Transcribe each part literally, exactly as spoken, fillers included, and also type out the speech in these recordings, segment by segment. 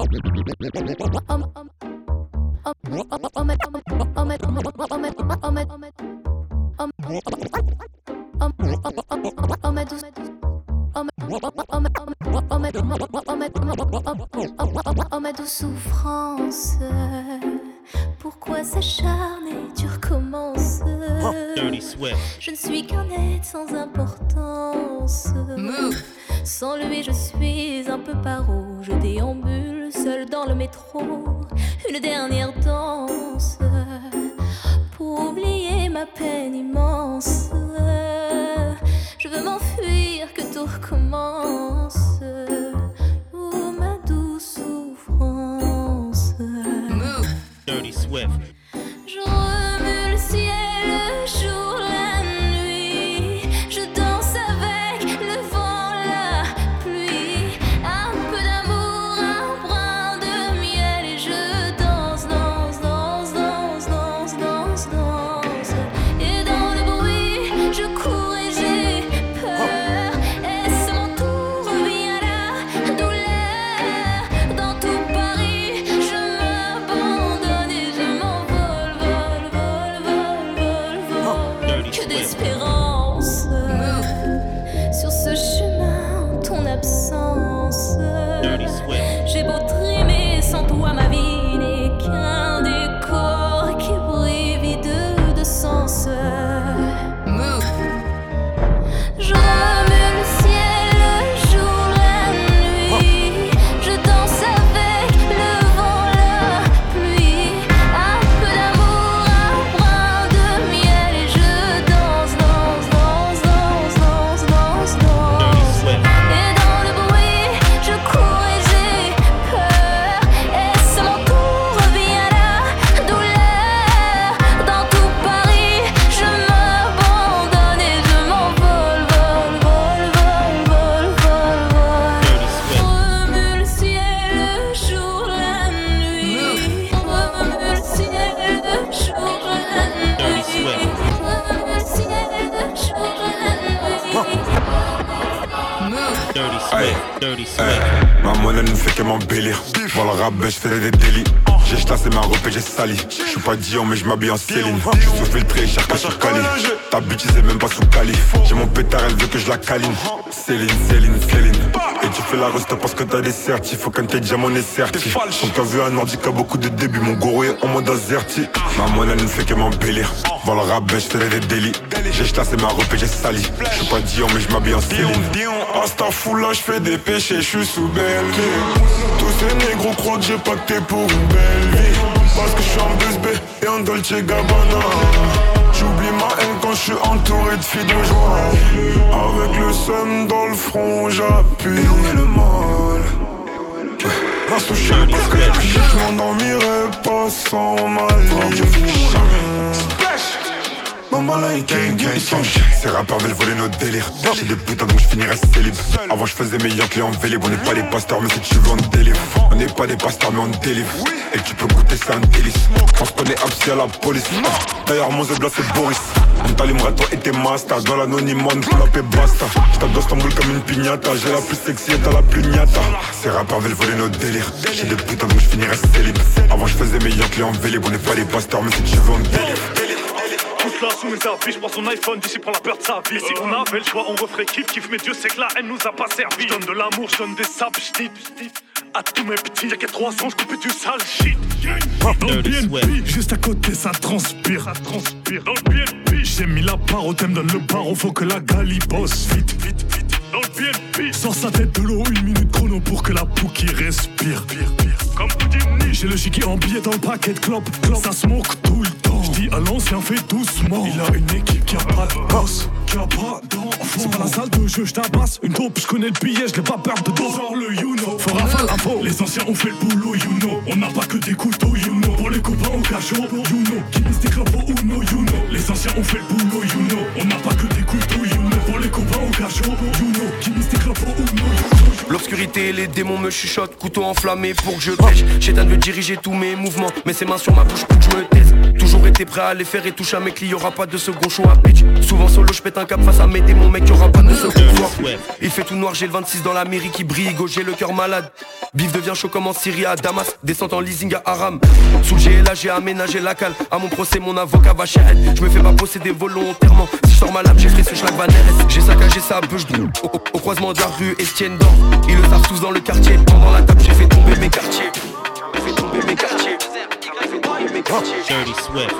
Oh ma douce souffrance, pourquoi s'acharner, tu recommences. Je ne suis qu'un être sans importance. Sans lui je suis un peu paro. Je déambule seul dans le métro. Une dernière danse pour oublier ma peine immense. Je veux m'enfuir, que tout recommence. Oh ma douce souffrance. Dirty Swift. Je remue le ciel, le jour, la nuit. Je danse avec le vent, la pluie. Un peu d'amour, un brin de miel. Et je danse, danse, danse, danse, danse, danse, danse. Et dans le bruit, je cours et j'ai peur. Est-ce mon tour, vient la douleur. Dans tout Paris, je m'abandonne et je m'envole, vol, vol, vol, vol, vol. Que d'espérance sur ce chemin en ton absence. J'ai beau trimer, sans toi ma vie n'est qu'un décor qui brille vide de sens. Je remue le ciel, le jour, la nuit. Je danse avec le vent, la pluie. Un peu d'amour, un brin de miel. Et je danse, danse, danse, danse, danse, danse, danse. Et dans le bruit, je cours et j'ai peur. Est-ce mon tour, vient la douleur. Dans tout Paris, je m'abandonne et je m'envole, vol, vol, vol, vol, vol, vol. Remue le ciel, le jour, la nuit. Remue le ciel, le jour, la nuit. Remue le ciel, le jour, la nuit. Dirty Aye. Swift. Dirty Swift. Hey, ma monnaie ne fait que m'embellir. Dans le rap, je fais des délits. J'ai chassé ma robe et j'ai sali. Je suis pas Dion mais je m'habille en Céline. Je suis sous filtré, cher que sur Cali. Ta bitch c'est même pas sous Cali. J'ai mon pétard, elle veut que je la câline. Céline, Céline, Céline. Et tu fais la reste parce que t'as des certifs. Faut qu'un tes diamants est certif. Donc t'as vu un nordique a beaucoup de débuts. Mon goro est en mode azerty. Ma monnaie ne fait que m'embellir. Dans le rap, je fais des délits. J'ai chassé ma robe et j'ai sali. Je suis pas Dion mais je m'habille en Céline. Astafoula, je fais des péchés, je suis sous belle vie. Tous ces négros croient que j'ai pacté pour une belle vie. Parce que je suis en bus B et en Dolce Gabbana. J'oublie ma haine quand je suis entouré de filles de joie. Avec le seum dans le front, j'appuie. Et où est le mal? Reste au chien parce que je m'endormirai pas sans ma ligne. Maman là il gang gang gang. Ces rappeurs veulent voler nos délires. J'ai des putains donc je finirai célib. Avant je faisais meilleur client vélib. On n'est pas des pasteurs mais si tu veux on délivre. On n'est pas des pasteurs mais on délivre. Et tu peux goûter c'est un délice. On se connaît absi à la police. D'ailleurs mon zebla c'est Boris. On t'allumerait toi et tes masters. Dans l'anonymat on pull up et basta. J'tape d'Istanbul comme une pignata. J'ai la plus sexy et t'as la plus gnata. Ces rappeurs veulent voler nos délires. J'ai des putains donc je finirai célib. Avant je faisais meilleur client vélib. On n'est pas des pasteurs mais si tu veux on délivre. Là sous mes habits, je prends son iPhone, d'ici prend la peur de sa vie. Si on avait le choix, on referait kiff kiff, mais Dieu sait que la haine nous a pas servi. J'donne de l'amour, j'donne des sables, j'dis à tous mes petits, y'a qu'à trois cents, j'coupe du sale shit. Dans le B N B, juste à côté, ça transpire, ça transpire. Dans le B N B, j'ai mis la barre au thème, donne le barreau, faut que la gali bosse vite, vite, vite. Dans le B N B, sors sa tête de l'eau, une minute chrono pour que la pouki respire. Pire, pire. Comme Houdini, j'ai le chiqui en billet dans le paquet de clopes, ça smoke tout le temps. J'dis à l'ancien, fais doucement. Il a une équipe qui a pas de boss, qui a pas d'enfant. C'est pas la salle de jeu, j'tabasse une dope, j'connais le billet, j'l'ai pas peur de dos. Genre le you know, faut rafale info. Les anciens ont fait le boulot, you know. On n'a pas que des couteaux, you know. Pour les copains au cachot, you know. Qui mise des clopes au Uno, you know. Les anciens ont fait le boulot, you know. On n'a pas que des couteaux, you know. Pour les copains au cachot, you know. Qui mise des clopes au Uno, you know. l'obscurité, les démons me chuchotent. Couteau enflammé pour que je pêche. Shaitan veut diriger tous mes mouvements, mais ses mains sur ma bouche pour que je me taise. Toujours été prêt à les faire et touche à mes clients, y'aura pas de second show à pitch. Souvent solo, je pète un cap face à mes démons, mec, y'aura pas de second soir. Il fait tout noir, j'ai le vingt-six dans la mairie qui brille, gauche, j'ai le cœur malade. Bif devient chaud comme en Syrie à Damas, descente en leasing à Aram. Sous le G L A, j'ai aménagé la cale. À mon procès, mon avocat va chez elle. Je me fais pas posséder volontairement. Si je sors ma lame, j'ai fait ce schlag Van R S. J'ai saccagé sa bûche au, au, au croisement de la rue Estienne d'Or. Ils le savent tous dans le quartier. Pendant la table, j'ai fait tomber mes quartiers. J'ai fait tomber mes quartiers. J'ai fait tomber mes quartiers. Dirty Swift.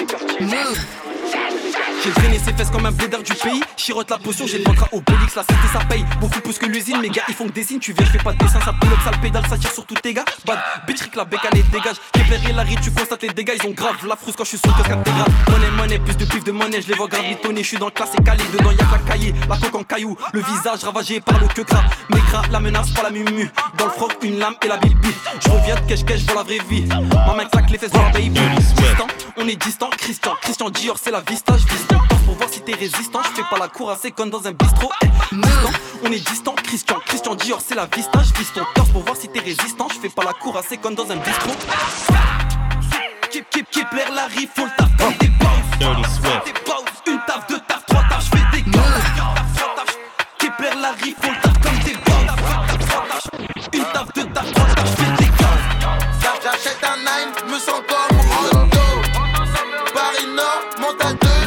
J'ai drainé ses fesses comme un blédard du pays. Chirote la potion, j'ai le ventre à Obélix. La cité ça paye, beaucoup plus que l'usine. Mes gars ils font que des signes, tu viens, je fais pas de dessin. Ça pull up, ça le pédale, ça tire sur tous tes gars. Bad bitch, ric la bécane et dégage. Kepler et Larry, tu constates les dégâts. Ils ont grave la frousse quand je suis sur le casque grave. Monnaie, monnaie, plus de pif de monnaie. Je les vois gravitonner, je suis dans le classe et calé. Dedans y'a que la cahier, la coque en caillou. Le visage ravagé par le que gras. Mes gras, la menace, pas la mumu. Dans le froc, une lame et la bibi. Je reviens de cache-cache pour la vraie vie. Ma main claque les fesses dans la baby. Distant, on est distant, Christian. Christian Dior, c'est la vista, je vise pour voir si t'es résistant, je fais pas la cour à ses connes dans un bistrot. Eh, distant, on est distant, Christian, Christian Dior, c'est la vista, je vise ton torse pour voir si t'es résistant, je fais pas la cour à ses connes dans un bistrot. Keep, keep, keep, l'air la riff, faut le taf comme des bounce. Dirty Swift. Des bounce, une taf, deux taf, trois taf, je fais des gants. Keep l'air la riff, faut le taf comme des bounce. Une taf, deux taf, trois taf, je fais des gants. J'achète un nine, me sens comme Rondo. Paris Nord, monte à deux.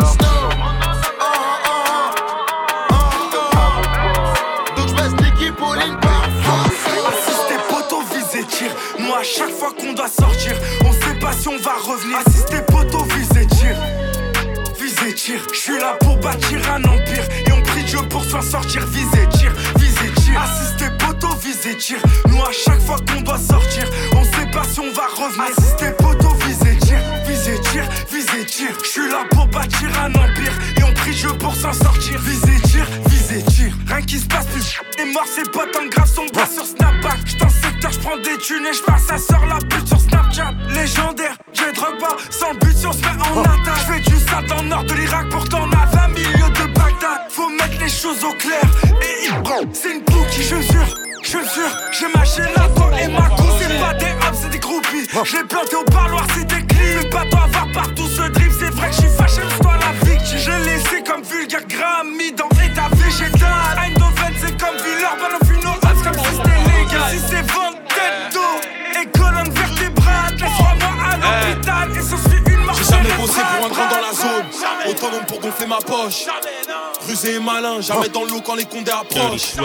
Nous à chaque fois qu'on doit sortir, on sait pas si on va revenir. Assister poteau, visez tir, visez tir. J'suis là pour bâtir un empire et on prie Dieu pour s'en sortir. Visez tir, visez tir. Assister poteau, visez tir. Nous à chaque fois qu'on doit sortir, on sait pas si on va revenir. Assister poteau, visez tir, visez tir, visez tir. J'suis là pour bâtir un empire et on prie Dieu pour s'en sortir. Visez tir, visez tir. Rien qui se passe plus. Et mort, c'est pas tant grave, son bras sur Snapback. J't'en secteur, j'prends des thunes et j'passe à sort la pute sur Snapchat. Légendaire, j'ai drogue pas, sans le but si on se met en attaque. J'fais du sale dans le nord de l'Irak, pourtant on a vingt milieux de Bagdad. Faut mettre les choses au clair, et il prend, c'est une bouquille, je jure. Je jure, j'ai mâché la peau et ma coupe. C'est pas des hops, c'est des groupies. J'ai planté au parloir, c'est des clips. Le bateau à voir partout ce drip. C'est vrai que j'suis fâché, mais c'est toi la victime. Je l'ai laissé comme vulgaire gramme, mis dans état végétal. Eindhoven, c'est comme Villeurbanne, on fume nos hats comme si c'était légal. Si c'est Vendetto et colonne vertébrale, laisse-moi moi à l'hôpital. Et ce suit une marche. J'ai jamais bossé pour un grand dans la zone. Autonome pour gonfler ma poche. Rusé et malin, jamais dans l'eau quand les condés approchent.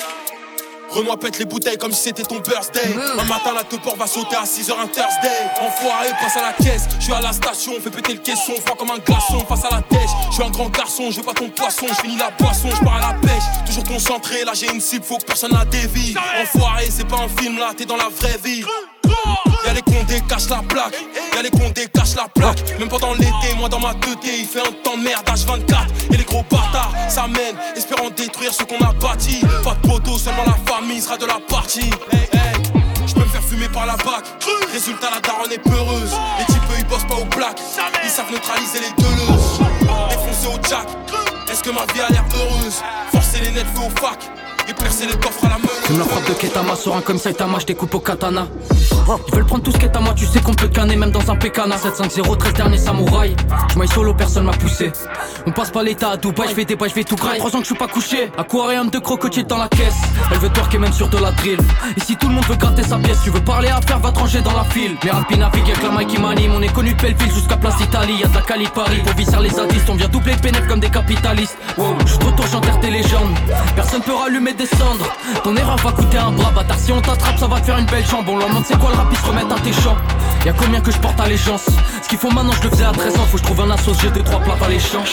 Renoir pète les bouteilles comme si c'était ton birthday. Un matin la teupor va sauter à six heures un Thursday. Enfoiré, passe à la caisse. Je suis à la station, fais péter le caisson. Froid comme un glaçon, face à la tèche. Je suis un grand garçon, je veux pas ton poisson. Je finis la boisson, je pars à la pêche. Toujours concentré, là j'ai une cible, faut que personne la dévie. Enfoiré, c'est pas un film là, t'es dans la vraie vie. Y'a les condés cachent la plaque, y'a les condés cachent la plaque. Même pendant l'été, moi dans ma teuté, il fait un temps de merde H vingt-quatre. Et les gros bâtards, ça mène, espérant détruire ce qu'on a bâti. Pas de poteau, seulement la famille sera de la partie. Hey, hey. J'peux me faire fumer par la bac. Résultat, la daronne est peureuse. Les types ils bossent pas au black, ils savent neutraliser les gueuleuses. Défoncer au jack, est-ce que ma vie a l'air heureuse? Forcer les nets, feu au fac et percer les coffres à la meule. Fume la frappe de Ketama sur un comme Saitama, j'découpe au katana. Ils veulent prendre tout ce qui est à moi, tu sais qu'on peut canner même dans un Pécana. Sept cinq zéro, treize dernier samouraï. J'maille solo, personne m'a poussé. On passe pas l'état à Dubaï, j'fais des bails, j'fais tout graille. Trois ans que j'suis pas couché, aquarium de crocodile dans la caisse. Elle veut twerker même sur de la drill. Ici tout le monde veut gratter sa pièce. Tu veux parler à faire, va te ranger dans la file. Les rapines naviguent avec la main qui m'anime. On est connu de Belleville jusqu'à Place Italie. Y'a de la Cali Paris, pour visser les zadistes. On vient doubler le pénètre comme des capitalistes. Wow, j'suis de retour, j'enterre tes légendes. Personne peut rallumer des cendres. Ton erreur va coûter un bras, bâtard. Si on t'attrape, ça va te faire une belle jambe. On leur demande c'est quoi le rap, ils se remettent à tes champs. Y'a combien que je porte allégeance? Ce qu'il faut maintenant, je le faisais à treize ans. Faut que je trouve un assos, j'ai deux trois plats dans les champs.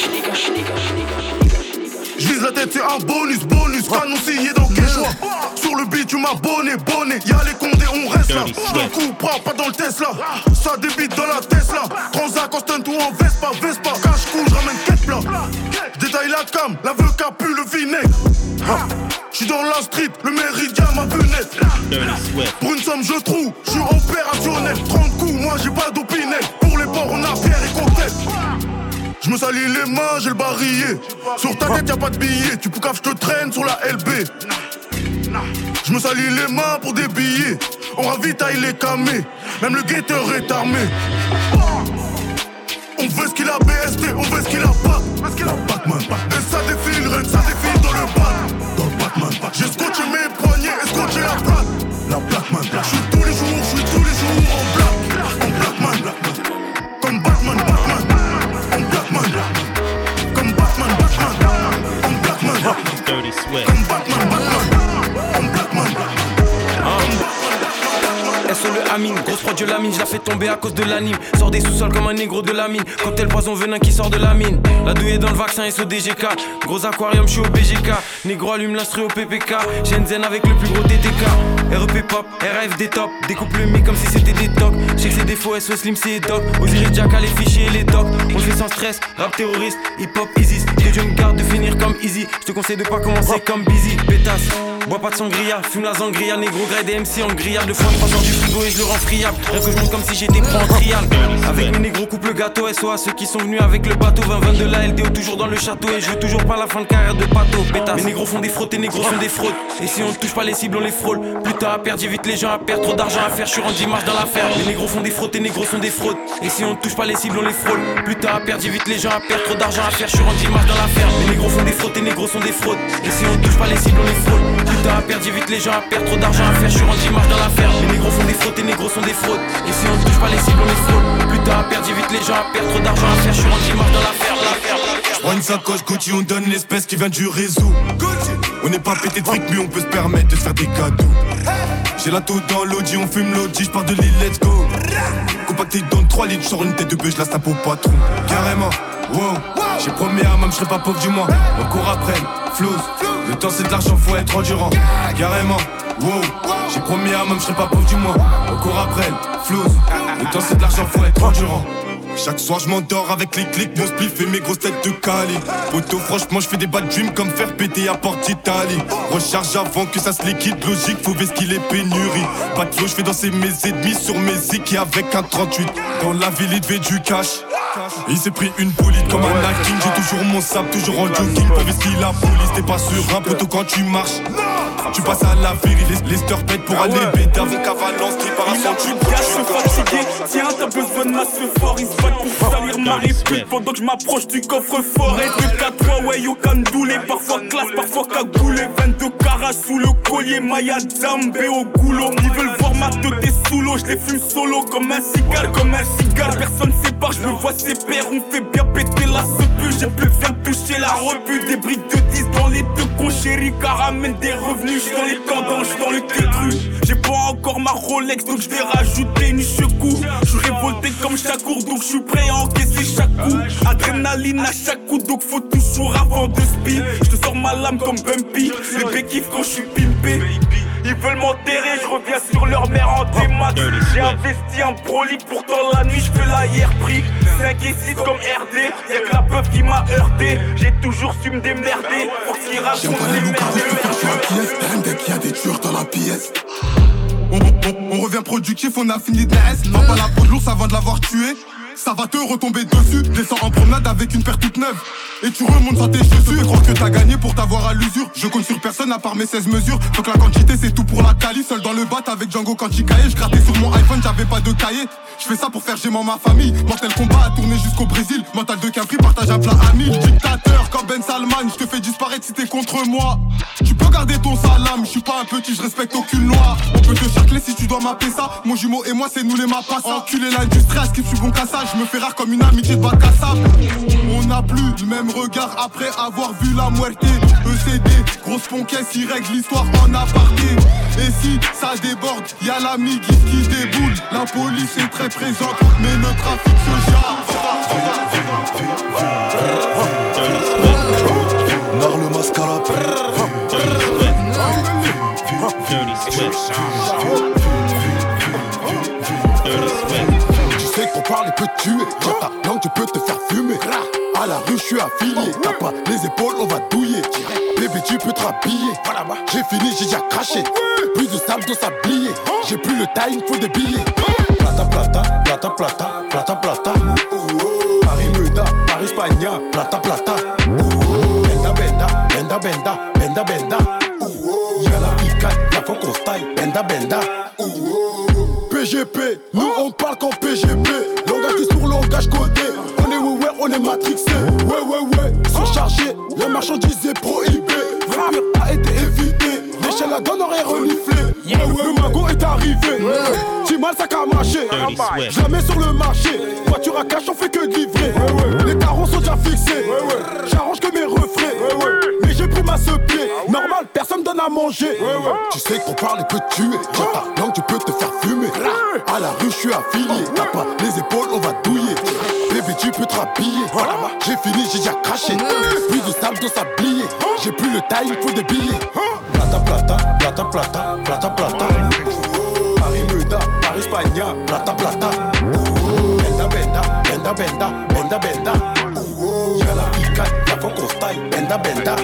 J'vise la tête, c'est un bonus, bonus. Canon scié dans Quechua. Sur le beat, tu m'as bonnet, bonnet. Y'a les condés, on reste là. J'te coupera, pas dans le Tesla. Ça débite dans la Tesla. Transac en stunt ou en Vespa, Vespa. Cache-cou, j'ramène quatre plats. J'détaille la cam, la veuve qu'a pu le vinaigre. J'suis dans la street, le méridien m'a vu net. Pour une somme je trouve, j'suis opérationnel. trente coups, moi j'ai pas d'opinel. Pour les porcs on a pierre et contexte. J'me salis les mains, j'ai le barillet. Sur ta tête y'a pas de billet, tu peux qu'à j'te traîne sur la L B. J'me salis les mains pour des billets. On ravitaille les camés. Même le guetteur est armé. On veut ce qu'il a B S T, on veut ce qu'il a pas. La Batman, et ça défile, rien ça défile dans le bat. Dans le Batman, j'ai scotché mes poignets et scotché la plaque. La Batman, j'suis tous les jours, j'suis tous les jours en black. En Blackman, comme Batman, Batman. En Blackman, comme Batman, Batman. En Blackman, Dirty Swift. comme Batman, Batman. En Blackman, S O le Amine, grosse prod je lamine, je la fais tomber à cause de l'anime. Sors des sous-sols comme un négro de la mine. Cocktail poison venin qui sort de la mine. La douille est dans le vaccin S O D G K. Gros aquarium, je suis au B G K. Négro allume l'instru au P P K. Shenzhen avec le plus gros T T K. R E P pop, R F des top. Découpe le mic comme si c'était des tocs. Check ses défauts, S O Slim c'est doc. Osiris Jack à les fichiers et les docs. On le fait sans stress, rap terroriste, hip hop Isis. Que Dieu me garde de finir comme Easy. Je te conseille de pas commencer comme Busy. Pétasse, bois pas de sangria, fume la sangria. Négro grade des M C en grillade. Le foin trois sort du frigo et je le rends friable. Rien que je monte comme si j'étais pro en trial. Avec mes négros coupe le gâteau. S O à ceux qui sont venus avec le bateau. vingt vingt de la L D O toujours dans le château. Et je veux toujours pas la fin de carrière de bateau. Pétasse, mes négros font des fraudes, tes négros sont des fraudes. Et si on touche pas les cibles, on les frôle. Plus tard à perdre, j'évite les gens à perdre. Trop d'argent à faire, je suis rendu marche dans l'affaire. Les négros font des fraudes, tes négros sont des fraudes. Et si on touche pas les cibles, on les frôle. Plus tard à perdre, j'évite les gens à perdre. Trop d'argent à faire, je suis rendu marche dans l'affaire. Les négros font des fraudes, tes négros sont des fraudes. Et si on touche pas les cibles, on les frôle. Plus tard à perdre, j'évite les gens à perdre. Trop d'argent à faire, je suis rendu marche dans l'affaire. Les négros font des fraudes, tes négros sont des fraudes. Et si on touche pas les cibles, on les frôle. Plus tard à perdre, j'évite les gens à perdre. Trop d'argent à faire, je suis rendu marche dans l'affaire. J'prends une sacoche Gucci, on donne l'espèce qui vient du réseau. On n'est pas pété de fric, mais on peut se permettre de se faire des cadeaux. J'ai la taux dans l'audi, on fume l'audi, j'pars de l'île, let's go. Compacté dans trois litres, j'sors une tête de bœuf, j'la tape au patron. Carrément, wow. J'ai promis à maman, j'serai pas pauvre du mois. Encore après, flows. Le temps c'est de l'argent, faut être endurant. Carrément, wow. J'ai promis à maman, j'serai pas pauvre du mois. Encore après, flows. Le temps c'est de l'argent, faut être endurant. Chaque soir je m'endors avec les clics, mon spliff et mes grosses têtes de Cali. Poto franchement je fais des bad dreams comme faire péter à Porte d'Italie. Recharge avant que ça se liquide, logique, faut baisser qu'il est pénurie. Pas de flow, je fais danser mes ennemis sur mes zik et avec un trente-huit. Dans la ville il devait du cash. Il s'est pris une bolide comme un acting. J'ai toujours mon sable, toujours en jogging. Pas vestir la police, t'es pas sur un poteau quand tu marches. Tu passes à la vérité, les, les stars-pètes pour aller bêter avec Avalance qui part à son tube. Il se fatigué, tiens t'as besoin de ma ce fort. Il se bat pour salir ma répute pendant que je m'approche du coffre-fort. Et deux quatre trois ouais yo candoulé. Parfois classe, parfois cagoulé. vingt-deux carats sous le collier, Maya Zambé au goulot. Ils veulent voir ma tête et sous l'eau. Je les fume solo comme un cigare, comme un cigare. Personne sépare, je me vois ses pères. On fait bien péter la sepu. J'ai plus faire toucher la repu. Des briques de dix dans les deux cons chéris. Car ramène des revenus. J'suis dans les tendances, j'suis dans le tétru. J'ai pas encore ma Rolex, donc j'vais rajouter une checou. J'suis révolté comme chaque cours, donc j'suis prêt à encaisser chaque coup. Adrénaline à chaque coup, donc faut toujours avant de speed. J'te sors ma lame comme Bumpy. Les béquifs quand j'suis pimpé. Ils veulent m'enterrer, je reviens sur leur mère en démat. J'ai investi un prolique, pourtant la nuit je fais la hier prix. cinq et six comme R D, y'a que la peur qui m'a heurté. J'ai toujours su me démerder, pour qu'ils racontent les merdes. Dès qu'il y a des tueurs dans la pièce. On, on, on revient productif, on a fini de la S. Non pas la peau de l'ours avant de l'avoir tué. Ça va te retomber dessus. Descends en promenade avec une paire toute neuve. Et tu remontes sans tes chaussures. Tu crois que t'as gagné pour t'avoir à l'usure. Je compte sur personne à part mes seize mesures. Donc la quantité c'est tout pour la quali. Seul dans le bat avec Django quand il caillait. Je grattais sur mon iPhone, j'avais pas de cahier. Je fais ça pour faire gémant ma famille. Mortel combat à tourner jusqu'au Brésil. Mental de Capri, partage un plat à mille. Dictateur comme Ben Salman. Je te fais disparaître si t'es contre moi. Tu peux garder ton salam. Je suis pas un petit, je respecte aucune loi. On peut te charcler si tu dois m'appeler ça. Mon jumeau et moi c'est nous les mapas. Enculer l'industrie, à ce qui suis bon qu'à ça. Je me fais rare comme une amitié de bac à sable. On n'a plus le même regard après avoir vu la muerte. E C D, grosse ponquesse, il règle l'histoire en aparté. Et si ça déborde, y'a la miguise qui déboule. La police est très présente, mais le trafic se gère. Nar le mascara. Tu sais qu'on parle et peut te tuer. Quand ta langue tu peux te faire fumer. À la rue je suis affilié. T'as pas les épaules on va douiller. Bébé tu peux te rhabiller. J'ai fini j'ai déjà craché. Plus de sable dans sablier. J'ai plus le time faut des billets. Plata plata plata plata plata plata. Paris Muda Paris Spagna plata plata. Benda benda benda benda benda benda. Y'a la picade la fois qu'on benda benda. P G P, nous on parle qu'en P G P. Langage du sourd, langage codé. On est ouais ouais, on est matrixé. Ouais ouais ouais, surchargé, la marchandise est prohibée. Le mur a été évité, l'échelle la donne aurait reniflé. Ouais ouais, le magot est arrivé. Si mal ça a marché, jamais sur le marché. Voiture à cash, on fait que de livrer. Les tarons sont déjà fixés. J'arrange que mes refrains. Mais j'ai pris ma sepier. Normal, personne donne à manger. Tu sais qu'on parle et peut tuer. Dans ta langue, tu peux te faire fumer. À la rue, je suis affilié. T'as pas les épaules, on va douiller. Bébé, tu peux te rhabiller. J'ai fini, j'ai déjà craché. Plus de sable dans sablier. J'ai plus le taille, il faut des billets. Plata, plata, plata, plata, plata, plata. Paris Muda, Paris Spagna, plata, plata. Benda, benda, benda, benda, benda, benda. Y'a la picade, la fois qu'on style, benda, benda.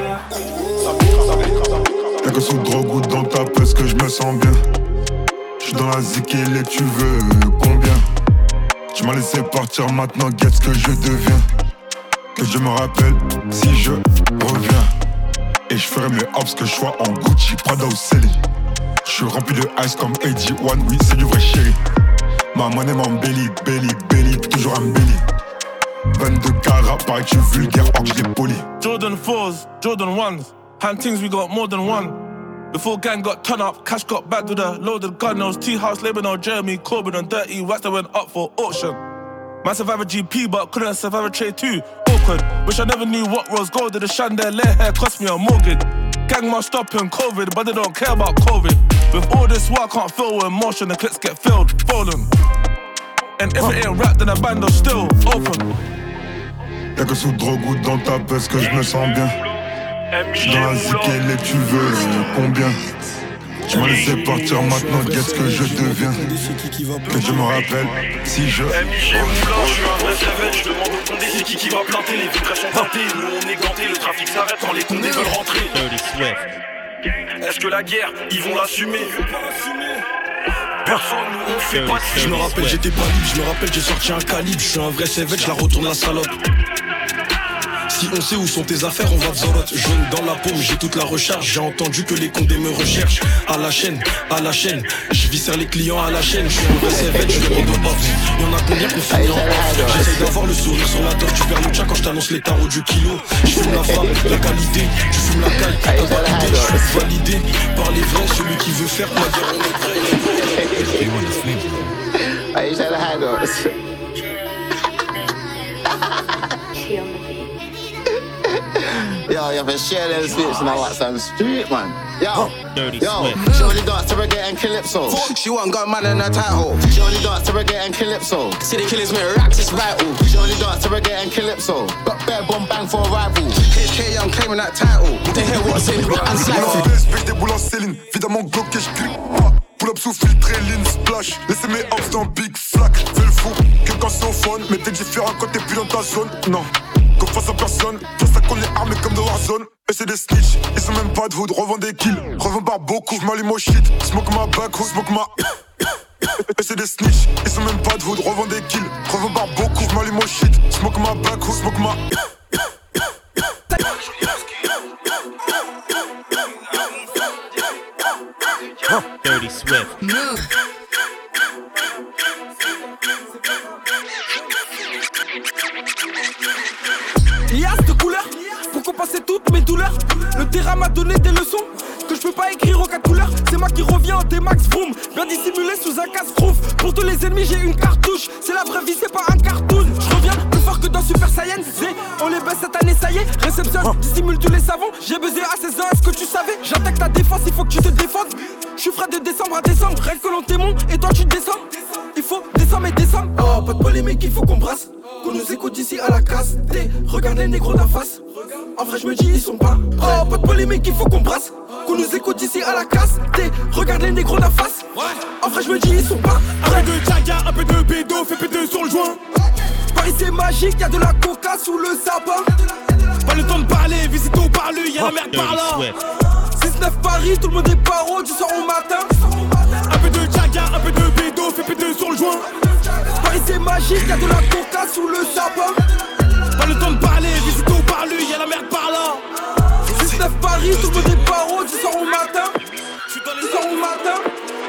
Y'a que sous drogue ou dans ta peste que je me sens bien. J'suis dans la zik et les tu veux combien? Tu m'as laissé partir maintenant, guette ce que je deviens. Que je me rappelle si je reviens. Et je ferai mes hops que je sois en Gucci, Prada ou Céline. Je suis rempli de ice comme A G un, oui c'est du vrai chéri. Ma monnaie m'embellit, belly, belly, toujours un belly. vingt-deux carats, pareil que je suis vulgaire, or que je l'ai poli. Jordan fours, Jordan ones, hand things we got more than one. The full gang got turn up, cash got bagged with a loaded gun. There was T-House, Lebanon, Jeremy, Corbyn and Dirty Wax that went up for auction. Man survived a G P but couldn't survive a trade too. Awkward, wish I never knew what rose gold did. The chandelier hair cost me a mortgage. Gang must stop in COVID, but they don't care about COVID. With all this war, I can't feel emotion, the clips get filled, fallen. And if it ain't rap, then the band is still open. Y'a que sous drogue ou dans ta peste que je me sens bien. J'suis dans la zik et les tu veux combien? Tu m'as laissé partir maintenant, qu'est-ce que je deviens? Que je me rappelle si je... M I G Moulin, je suis un vrai réveil, je demande au condé c'est qui qui va planter. Les vitres sont teintées, nous on est gantés, le trafic s'arrête quand les condés veulent rentrer. Est-ce que la guerre, ils vont l'assumer? Personne, nous on fait pas de... Je me rappelle j'étais pas libre, je me rappelle j'ai sorti un calibre. Je suis un vrai savage, je la retourne la salope. Si on sait où sont tes affaires, on va Zorot. Jaune dans la paume, j'ai toute la recharge. J'ai entendu que les condés me recherchent. À la chaîne, à la chaîne. Je viscère les clients à la chaîne. Je suis un vrai savage, je demande au off. Y'en a combien qu'on finit en off? J'essaie d'avoir le sourire sur la dope. Tu perds le tcha quand je t'annonce les tarots du kilo. Je fume la femme, la qualité. Tu fumes la caille, t'as validé. Je suis validé par les vrais. Celui qui veut faire la guerre, on est prêt. Hey, you said I had those. Yo, you have to share them slips and I like some street, man. Yo, Dirty yo, Swift. She only dance to reggae and calypso. She want got man in her title. She only dance to reggae and calypso. See the killers make racks, it's vital. She only dance to reggae and calypso. Got bare bomb bang for a rival. H K Young claiming that title. To hear what's in and cycle. J'pêche des boules en Céline, évidemment glocké, j'clique pas. Pull up sous filtré, lean, splash. Laissez mes hops dans big flac. Fais le fou, quelqu'un c'est au phone. Mais t'es différent quand t'es plus dans ta zone. Non. Comme face à personne, face à qu'on est armé comme de Warzone. Et c'est des snitch, ils ont même pas de hood, revend des kills, revend par beaucoup, j'm'allume au shit, smoke ma back, smoke ma... Et c'est des snitch, ils ont même pas de hood, revend des kills, revend par beaucoup, j'm'allume au shit, smoke ma back, smoke ma... Dirty Swift. Move. Il y a cette couleur pour compenser toutes mes douleurs. Le terrain m'a donné des leçons que je peux pas écrire en quatre couleurs. C'est moi qui reviens en T-Max Vroom, bien dissimulé sous un casse-crouf. Pour tous les ennemis j'ai une cartouche. C'est la vraie vie, c'est pas un cartoon. Je reviens plus fort que dans Super Saiyan Z. On les baisse cette année, ça y est. Réception, dissimule tous les savants. J'ai buzzé à seize ans, est-ce que tu savais? J'attaque ta défense, il faut que tu te défendes. Je suis frais de décembre à décembre. Reste que l'on témoin et toi tu descends. Il faut descendre et descendre. Oh, pas de polémique, il faut qu'on brasse. Qu'on nous écoute ici à la casse. T, regarde les négros d'en face. En vrai, je me dis, ils sont pas. Oh, pas de polémique, il faut qu'on brasse. Qu'on nous écoute ici à la casse. T, regarde les négros d'en face. En vrai, je me dis, ils sont pas. Un peu de jaga, un peu de bédo, fais péter sur le joint. Paris, c'est magique, y'a de la coca sous le sapin. Pas le temps de parler, visite au parlu, y'a la merde par là. six neuf Paris, tout le monde est paro du soir au matin. Un peu de jaga, un peu de bédo, fais péter sur le joint. Paris, c'est magique, y'a de la coca sous le sapin. Pas le temps de parler, visite au parlu, y'a la merde par là. six neuf Paris, tout le monde est paro du soir au matin. Du soir au matin.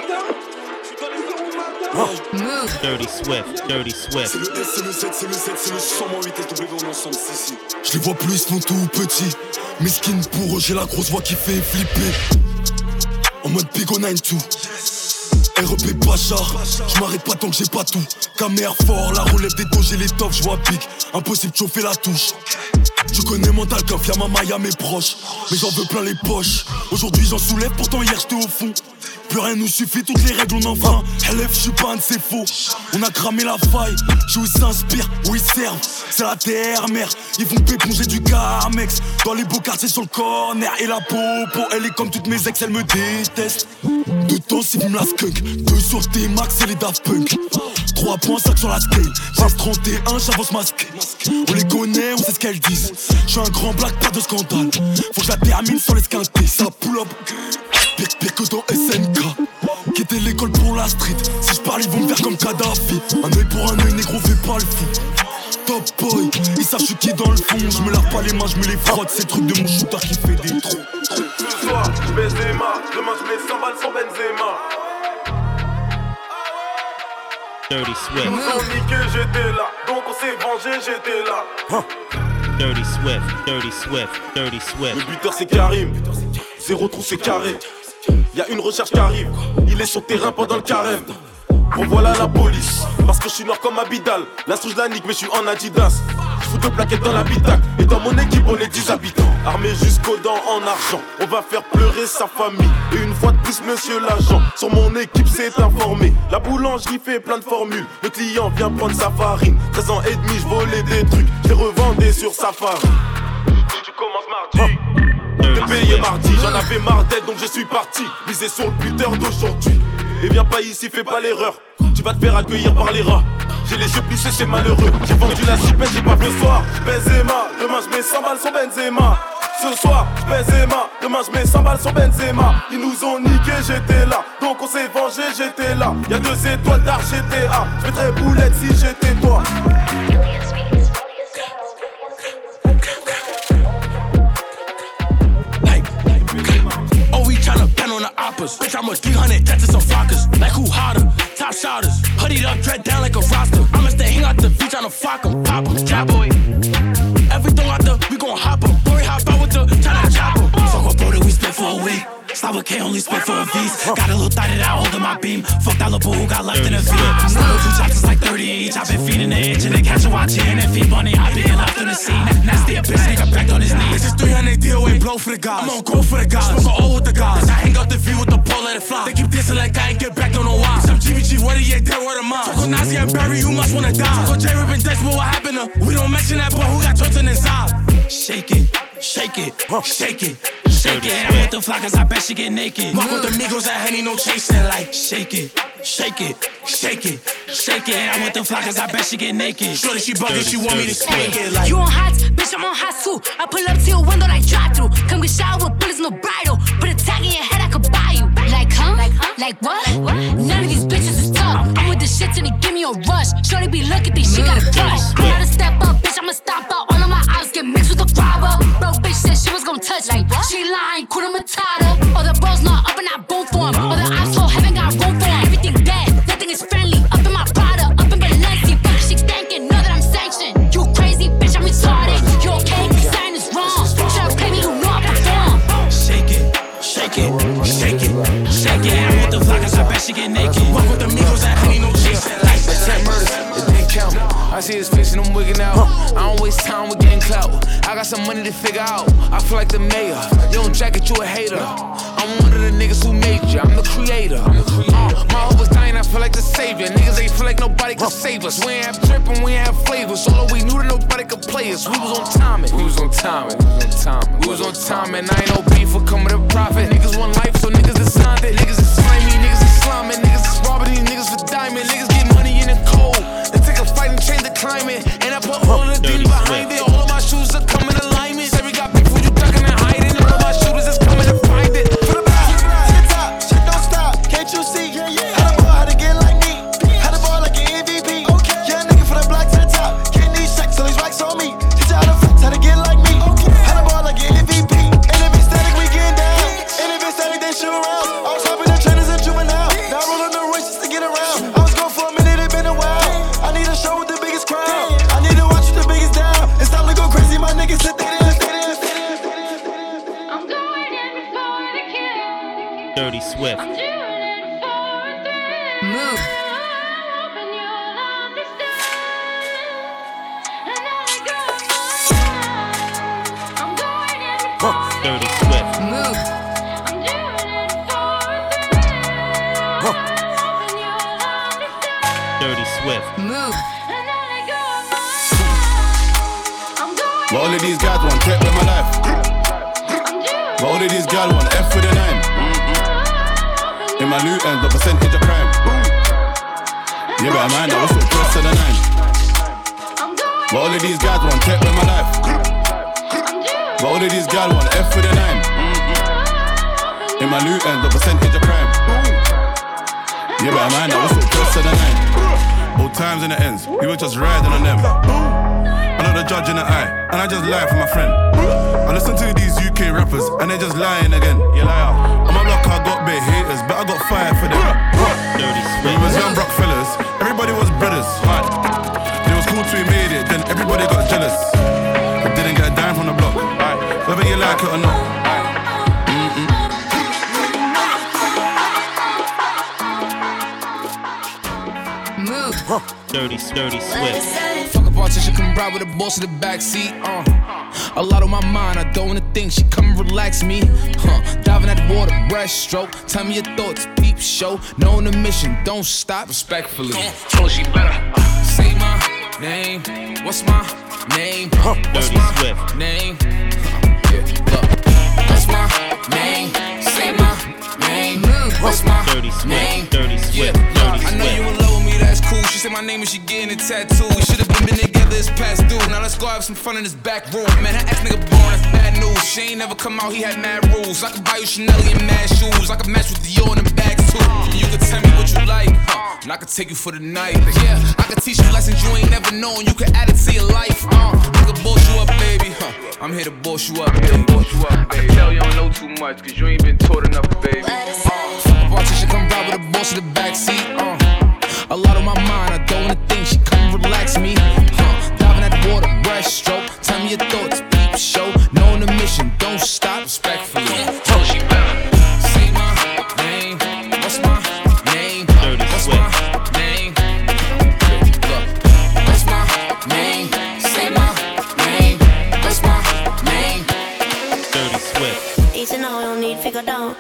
Dirty Swift, Dirty Swift. C'est le S, c'est le Z, c'est le Z, c'est le cent huit S W, on ensemble, si, si. Je les vois plus, ils sont tout petits. Mesquine pour eux, j'ai la grosse voix qui fait flipper. En mode Big O neuf-deux. R E P Bachar, je m'arrête pas tant que j'ai pas tout. Caméra fort, la relève des dos, j'ai les tops, je vois big. Impossible de chauffer la touche. Je connais mental qu'un y'a ma maille à mes proches. Mais j'en veux plein les poches. Aujourd'hui j'en soulève, pourtant hier j'étais au fond. Plus rien nous suffit, toutes les règles on enfreint. L F, je suis pas un de ces faux. On a cramé la faille, je où ils s'inspirent, où ils servent. C'est la terre, mère. Ils vont péponger du Carmex. Dans les beaux quartiers sur le corner. Et la popo, elle est comme toutes mes ex, elle me déteste. Deux temps si vous me la skunk. Deux sur le T-Max et les Daft Punk. Trois points cinq sur la scale. Passe trente et un, j'avance masqué. On les connaît, on sait ce qu'elles disent. Je suis un grand black, pas de scandale. Faut que je la termine sur les squintés. Ça pull up. Pire, pire que dans S N K. Quitter l'école pour la street. Si je parle, ils vont me faire comme Kadhafi. Un œil pour un œil, négro, fais pas le fou. Top boy, ils savent je suis qui dans le fond. Je me lave pas les mains, je me les frotte. C'est le truc de mon shooter qui fait des trous. Ce soir, je baisse des mains. Demain, je mets cent balles sur Benzema. Dirty Swift. Ils nous ont niqué, j'étais là. Donc on s'est vengé, j'étais là. Dirty Swift, Dirty Swift, Dirty Swift. Le buteur c'est Karim. Zéro trou c'est carré. Y'a une recherche qui arrive. Il est sur terrain pendant le carême. Bon voilà la police. Parce que je suis noir comme Abidal. L'instru je la nique mais je suis en Adidas. Je fous deux plaquettes dans l'habitacle. Et dans mon équipe on est dix habitants. Armés jusqu'aux dents en argent. On va faire pleurer sa famille. Et une fois de plus monsieur l'agent. Sur mon équipe c'est informé. La boulangerie fait plein de formules. Le client vient prendre sa farine. treize ans et demi je volais des trucs. Je les revendais sur Safari. Tu commences mardi. T'es payé mardi, j'en avais marre d'être donc je suis parti. Misé sur le buteur d'aujourd'hui. Et viens pas ici, fais pas l'erreur. Tu vas te faire accueillir par les rats. J'ai les yeux plissés, c'est malheureux. J'ai vendu la chipette, j'ai pas le soir. Benzema, demain je mets cent balles sur Benzema. Ce soir, Benzema, demain je mets cent balles sur Benzema. Ils nous ont niqué, j'étais là. Donc on s'est vengé, j'étais là. Y'a deux étoiles d'Arc G T A. Je mettrais boulette si j'étais toi. On the oppas. Bitch, I'm a three hundred deaths to some flockers. Like who hotter? Top shotters. Hoodied up, dread down like a roster. I'ma stay hang out the beach on a flock 'em. Pop 'em, cat boy. Everything out there, we gon' hop 'em. Boy, hop out with the China chopper. Fuck what bro that we spent for a week. Slava K only spent for a V's. Got a little thigh that I hold in my beam. Fuck that little boo who got left in a V. Sniper two shots is like thirty each. I've been feeding the itch and they catch a watching. And feed bunny, I been left on the scene. Nasty a bitch, nigga back on his knees. This is three hundred D O A blow for the guys. I'm on go for the guys. Smoke a O with the guys. I hang out the V with the pole, let it fly. They keep dissing like I ain't get back, don't know why. Some G B G, what he ain't dead, word of mine. Talk on Nazi and Barry, who must wanna die. Talk on J Rip and Dex, but what happened to? We don't mention that boy who got tortured inside. Shake it, shake it, shake it. Shake it, I'm with the flockers, I bet she get naked. Walk with the Migos, that Henny, no chasing. Like, shake it, shake it, shake it, shake it. I'm with the flockers, I bet she get naked. Shorty, she bugging, she want me to spank it. Like, you on hot, bitch, I'm on hot too. I pull up to your window like drive through. Come get shot with bullets, no bridle. Put a tag in your head, I could buy you. Like, huh? Like, huh? Like what? Like what? None of these bitches is tough. I'm with the shit and they give me a rush. Shorty be looking, think she got a crush. I gotta step up, bitch, I'ma stop out. All of my eyes get mixed with the robber. Bro, bitch said she was gonna touch like what? She lying, Kuna Matata. All the bros not up and I boom for him. All the ops so haven't got room for him. Everything dead, nothing is friendly. Up in my Prada, up in Balenci. Fuck she thinking, know that I'm sanctioned. You crazy, bitch, I'm retarded. You okay, cause something is wrong. Should've played me, you know I perform. Shake it, shake it, shake it, shake it. I'm with the vloggers, I bet she get naked. Walk with the Migos, that Henny, no chasing. Like, ten murders, it didn't count. I see his face and I'm wigging out. I don't waste time with getting clout. I got some money to figure out. I feel like the mayor. You don't jacket, you a hater. I'm one of the niggas who made you. I'm the creator. Uh, my hope was dying, I feel like the savior. Niggas ain't feel like nobody could save us. We ain't have drip and we ain't have flavors. Although we knew that nobody could play us. We was on timing. We was on timing. We was on timing. We was on timing. I ain't no beef for coming to profit. Niggas want life, so niggas designed it. Niggas is slimy, niggas is sliming. Niggas is robbing these niggas for diamond. Niggas get money in the cold. They take a fight and change the climate. And I put all of the things behind it. All of my shoes are coming alignment. Say we got beef when you ducking and hiding. All of my shooters is coming to find it. To the back, to the top, shit don't stop. Can't you see? How the boy how to get like me? How the boy like an M V P? Yeah, nigga from the block to the top. Getting these checks, so these racks on me. Teach you how to flex, how to get like me. How the boy like an M V P? And if it's static, we getting down. And if it's static, they shoot around. I was hopping the trainers and Move. Dirty Swift. Move. Dirty Swift. Move. But all of these guys want take with my life. But all of these guys want F with a nine. In my loot end, the percentage of crime. Yeah, but man, I was so close to the nine. But all of these guys want take with my life. But all of these guys want F with a nine. In my loot end, the percentage of crime. Yeah, but man, I was so close to the nine. All times in the ends, we were just riding on them. I know the judge in the eye, and I just lie for my friend. I listen to these U K rappers, and they're just lying again. You liar. On my block, I got big haters, but I got fire for them. When we was young Rockfellas, everybody was brothers. It was cool till we made it, then everybody got jealous. I didn't get a dime from the block, whether you like it or not. Mm-mm. Move. Dirty, dirty Swift. Fuck a politician, come ride with the boss in the backseat. Uh. A lot on my mind, I don't wanna think. She come and relax me. Huh. Diving at the water, breaststroke. Tell me your thoughts, peep show. Knowing the mission, don't stop. Respectfully. Told she better uh, say my name. What's my name? Uh, what's Dirty my Swift. name? Uh, yeah, look. What's my name? Say my name. What's my Dirty Swift. name? Dirty Swift. Yeah, Dirty I know Swift. you in love with me, that's cool. She said my name and she getting a tattoo. We should've been, been together, it's past due. Now let's go have some fun in this back room. Man, her ex nigga born, that's bad news. She ain't never come out, he had mad rules. I could buy you Chanel and mad shoes. I could match with Dior in the bags too. And you could tell me what you like, huh? And I could take you for the night. Yeah, I could teach you lessons you ain't never known. You could add it to your life, uh. I could boss you up, baby, huh? I'm here to boss you up, baby. Boss you up, baby. I can tell you don't know too much, cause you ain't been taught enough, baby. Uh, Partition come ride with the boss in the backseat, uh. A lot on my mind, I don't wanna think. She come and relax me, huh? Diving at the water, breaststroke. Tell me your thoughts, peep show. Knowing the mission, don't stop. Respectfully, told she better say my name. What's my name? Dirty What's Swift. my name? Look, what's my name? Say my name. What's my name? Dirty Swift. Easy now, don't need figure down.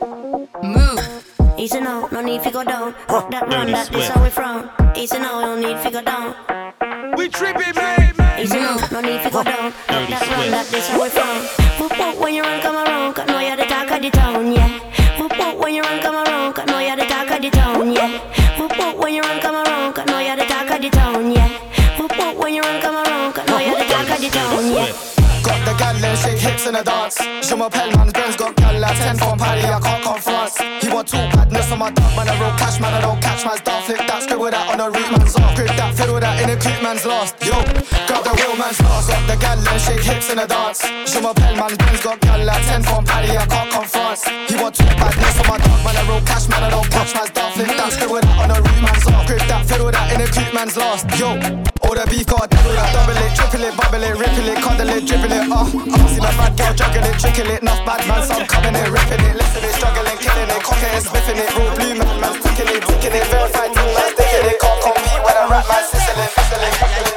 Move. Easy now, no need figure down. Fuck that run, that this how we from. Easy now, don't need figure down. We trippin', baby. Easy now, no need figure down. Fuck that run, that this how we from. Whoop whoop when you run, come around, 'cause know you're the talk of the town, yeah. Whoop whoop when you run, come around, 'cause know you're the talk of the town, yeah. Whoop whoop when you run, come around, 'cause know you're the talk of the town, yeah. Whoop whoop when you run, come around, 'cause know you're the talk of the town, yeah. Got the gal and shake hips in the dance. Je m'appelle man, Ben's got gal like ten from Paddy, I can't come France. He want two badness on my dog, man, I roll cash, man, I don't catch man's dog. Flick that, scribble that on the root man's off. Grip that, fiddle that in the creep man's lost. Yo, got the real man's lost. Got the gal and shake hips in the dance. Je m'appelle man, Ben's got gal like ten from Paddy, I can't come France. He want two badness on my dog, man, I roll cash, man, I don't catch man's dog. Flick that, scribble that on the root man's off. Grip that, fiddle that in the creep man's lost. Yo, all the beef got double that, double it, triple it, bubble it, ripple it, cuddle it, dribble it, uh. I see the bad girl juggling it, tricking it, enough bad man, some coming it, ripping it, lifting it, struggling, killing it, cocking it, spiffing it, raw blue man, man, sticking it, ticking it, verified team, man, sticking it, can't compete when I rap, man, sizzling, fizzling,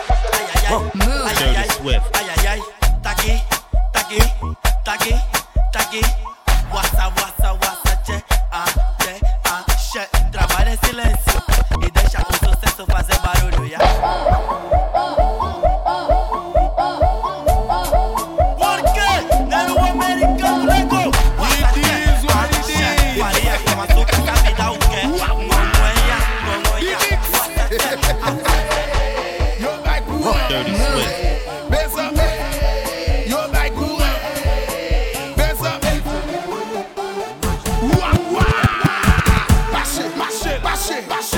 Move. Dirty Swift. Ay, ay, ay, taqui, taqui, taqui, taqui. Wassa, wassa, wassa, che, ah, che, ah, che. Trabalha em silêncio e deixa o sucesso fazer barulho, yeah. Dirty Swift. Besa, yo like cool. Besa, wah wah. Mash it, mash it, mash it, mash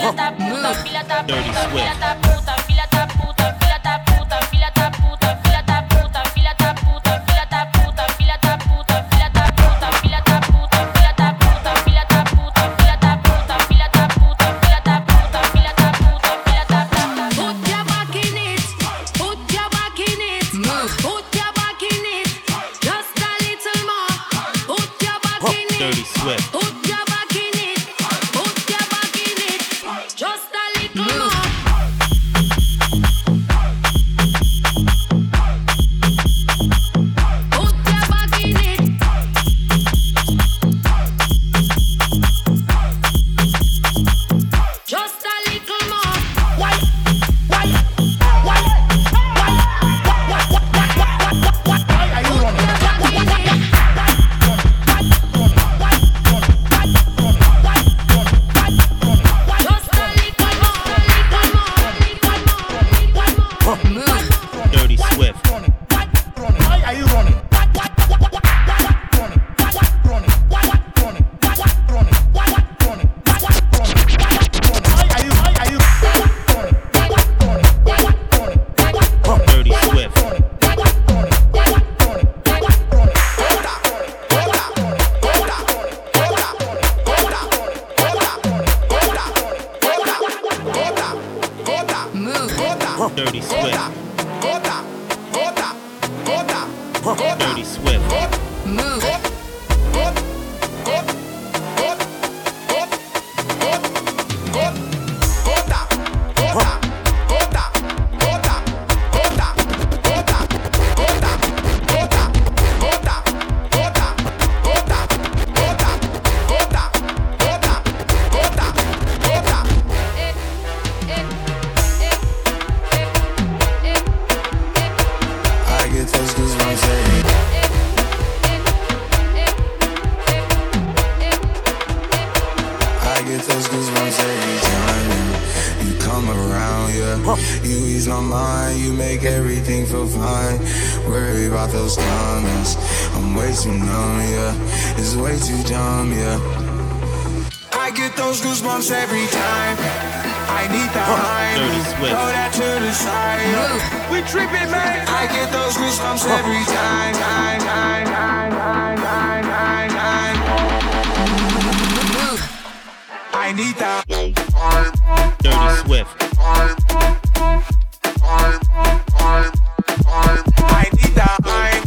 Dirty Swift. Dirty Swift. Move. Too numb, yeah. It's way too dumb, yeah. I get those goosebumps every time. I need the time. Throw that to the side. Yeah. We trippin', man. I get those goosebumps every time. Time, time, time, time, time, time, time. I need that. Dirty Swift. I need that.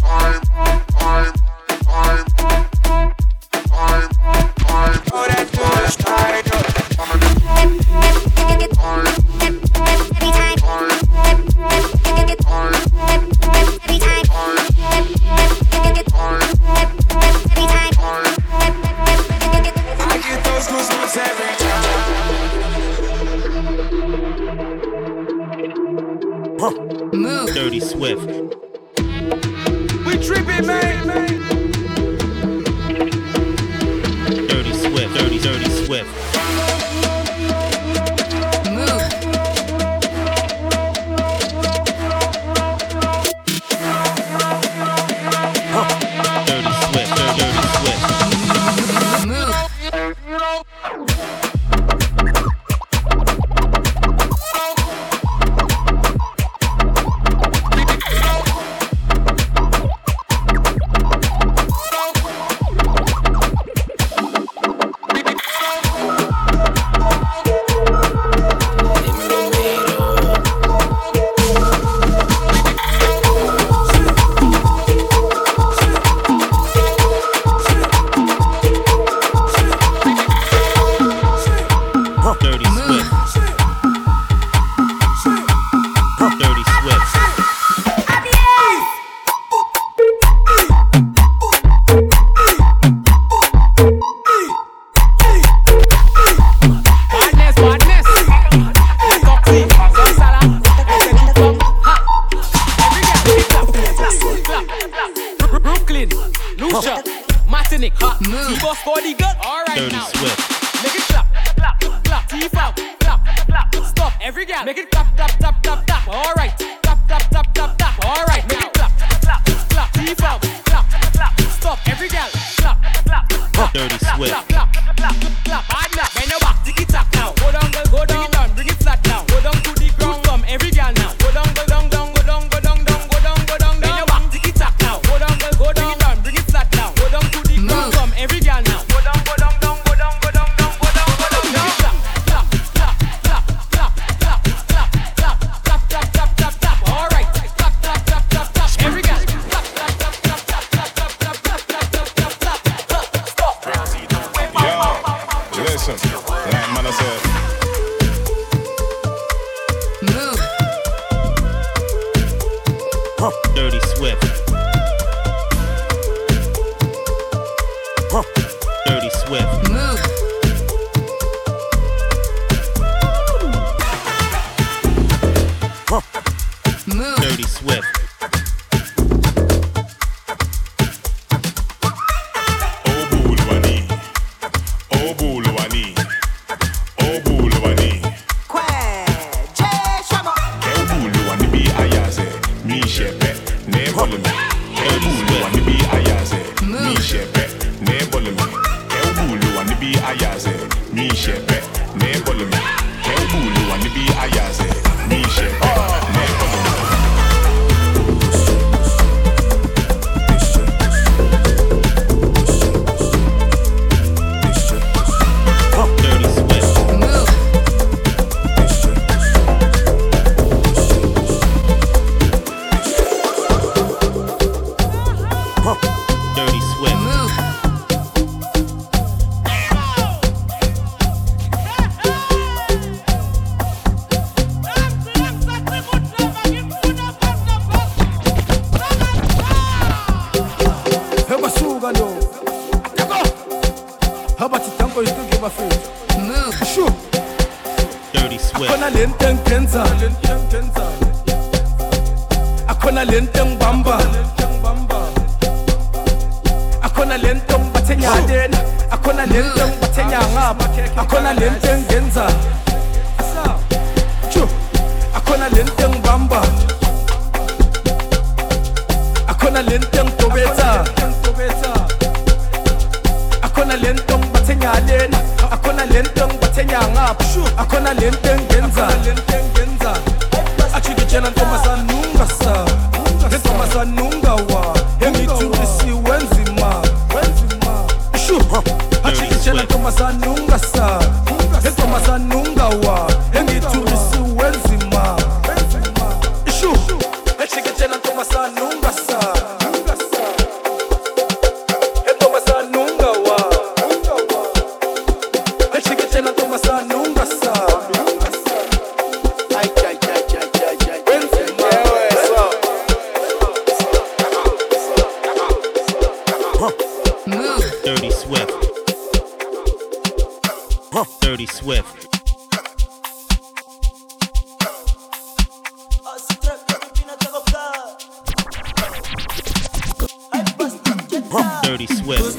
Dirty Swift. We trippin', man. Dirty Swift. Dirty, dirty Swift. Dirty Swift. Clap, clap, clap, clap, clap, clap, clap, clap, clap. Bend your back, tick it tock now. Go down, girl, go down. Dirty Swift. Akona lento engenza, akona lento engibamba, akona lento ngibathenya yena, akona lento ngibathenya ngapha, akona lento engenza, chu, akona lento engibamba, akona lento ngitobetha, akona lento ngibathenya yena, akona lento ngibathenya ngapha, akona lento engenza, achike tshena ntombazana ungasa, ntombazana ungawa, engithulisi wenzima, shu, achike tshena ntombazana ungasa, ntombazana ungawa, engithulisi wenzima, shu, achike tshena ntombazana ungasa, ntombazana ungawa, achike tshena ntombazana ungasa. Dirty Swift. Dirty Swift. Dirty Swift.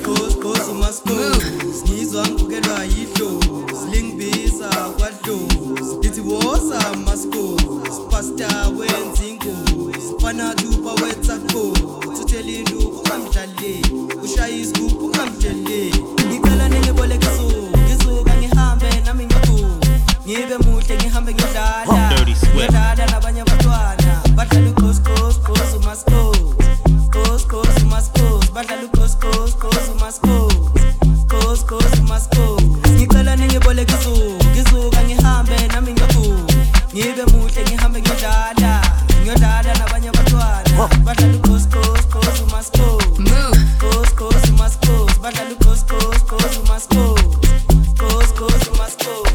Ngizwa ngibukelwa yidlozi lingibiza kwadlozi ngithi woza maskos pasta wenza ingozi fana tupa wetha gozi uthelini ungamdlaleli ushaya isigubhu ungamdeleli ngicela ningibolekezo ngizuka ngihambe nami ngiyoko ngibe muhle ngihambe ngidlala ngidlala nabanye abantwana badlala ukos kos kos umaskos kos kos umaskos badlala ukos kos kos umaskos kos kos umaskos ngicela ningibolekezo ngizuka ngihambe nami ngiyoko ngibe muhle ngihambe ngidlala ngidlala nabanye abantwana badlala ukos kos kos umaskos kos kos umaskos badlala ukos kos kos umaskos kos kos umaskos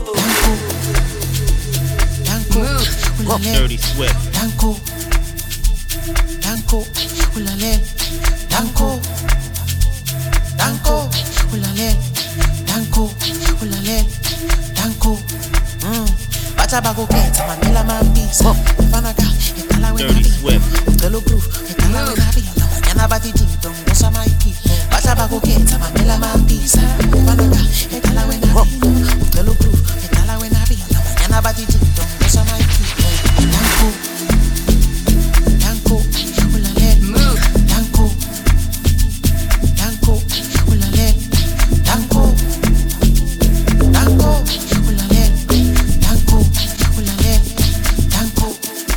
Dirty Swift. Danko, Danko, ulale, Danko, Danko, ulale, Danko, ulale, Danko. Bacha bago keta mamela mambisa, fanaga, ekala we Dirty Swift. utelo proof, ekala we nabi, mañana bati tinto, ngosa maiki. Bacha bago keta mamela mambisa, fanaga, ekala we nabi, utelo proof, ekala we nabi, mañana bati tinto, ngosa maiki. Danko, Danko, ulale, Danko, Danko, ulale, Danko, Danko, ulale, Danko, ulale, Danko.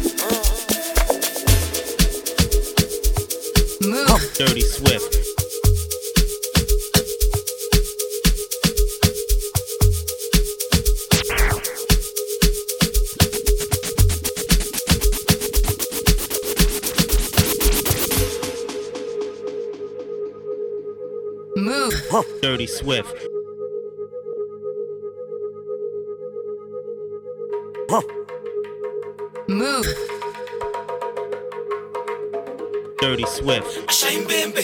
Dirty Swift. Dirty Swift. Move. Dirty Swift. Shame Bambi.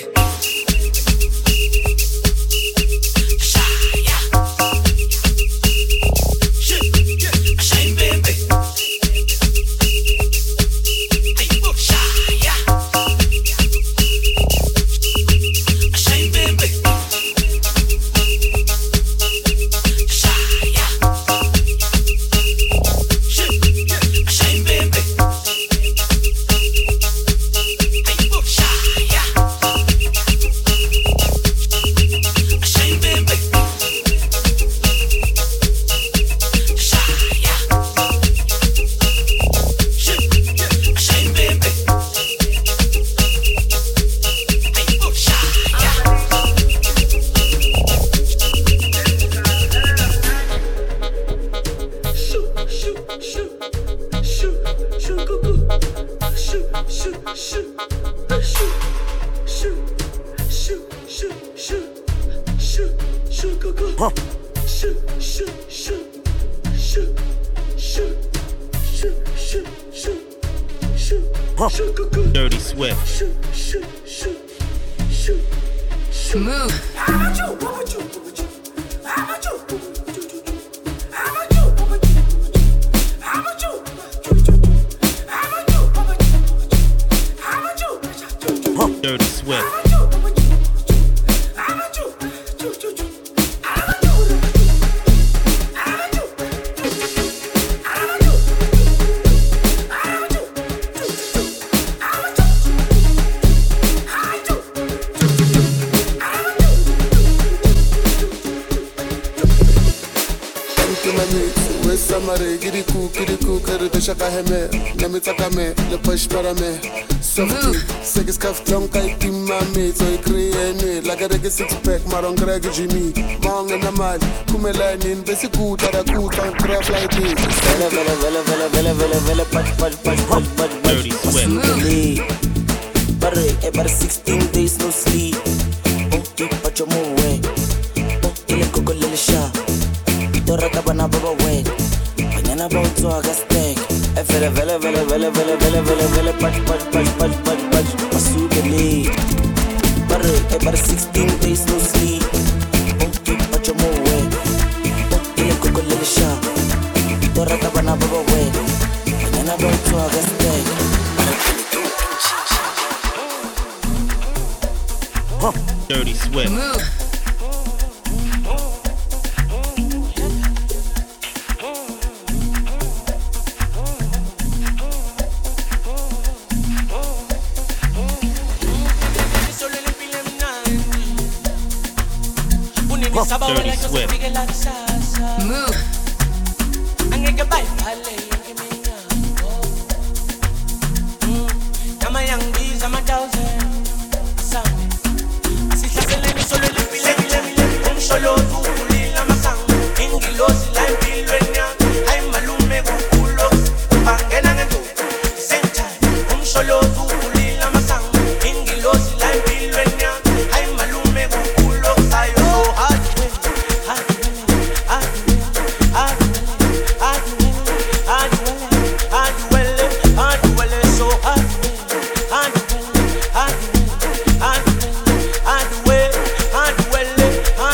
Dirty Swift. Move. Dirty Swift. Samare, giri cook, giri cook, er de shaka heme, nami takame, le push parame. Softy, segis kaf tongue, kai timame, so I create like a reggae six pack, maron Greg Jimmy, Mong and Amal, Kumelanin, basic good, at a good and craft like this. Vela, vela, vela, vela, vela, vela, vela, punch, punch, punch, punch, punch, Dirty Swift. Barre, about sixteen days no sleep. Oh, keep out your moon way. Oh, kill a coco little shot. Torra tabana baba way. Mañana vamos to haga steak. E vele vele vele vele vele vele vele vele patch patch patch patch patch patch. Masu beli. Barre, about sixteen days no sleep. Oh, keep out your moon way. Oh, kill a coco little shot. Torra tabana baba way. Mañana vamos to haga steak. Dirty Swift. Move. Dirty Swift. Move. Solo tú, la masang, ingilos, la empilvenia, ay malume cuculo, pangenan en tu, senta, un solo tú, la masang, ingilos, la empilvenia, ay malume cuculo, ay oh, ay, ay, ay, ay, ay, ay, ay, duele, ay, duele, so ay, ay, ay, ay, ay, duele, ay, duele.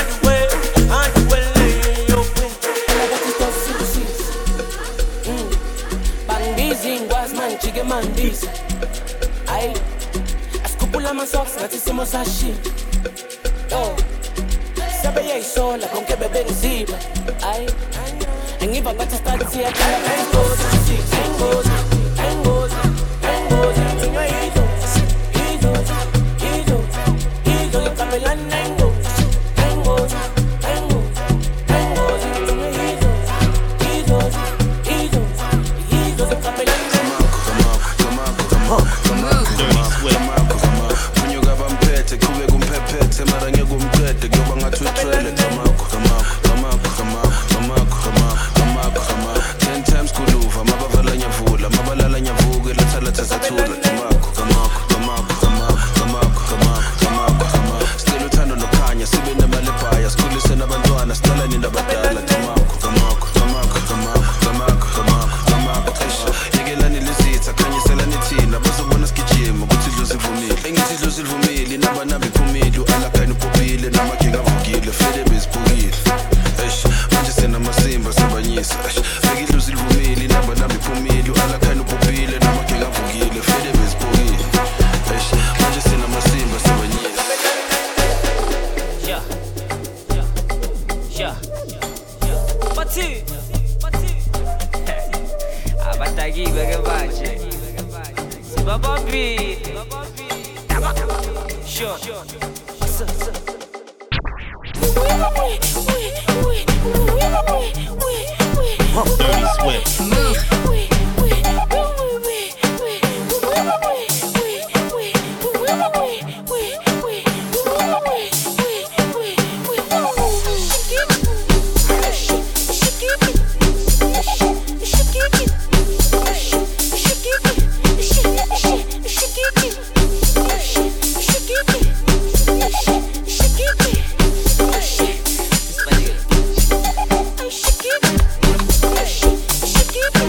Mandis, ay, ascupula más ox, natisimo sashi. Oh, sabe ya sola con que bebe encima. Ay, en iba bata stancia, cada tango, sí, tango, tango, tango, niño ido, ido, ido, ido, y capelán tango, tango, tango, tango, niño ido, ido, ido, ido, y capelán. Shake it.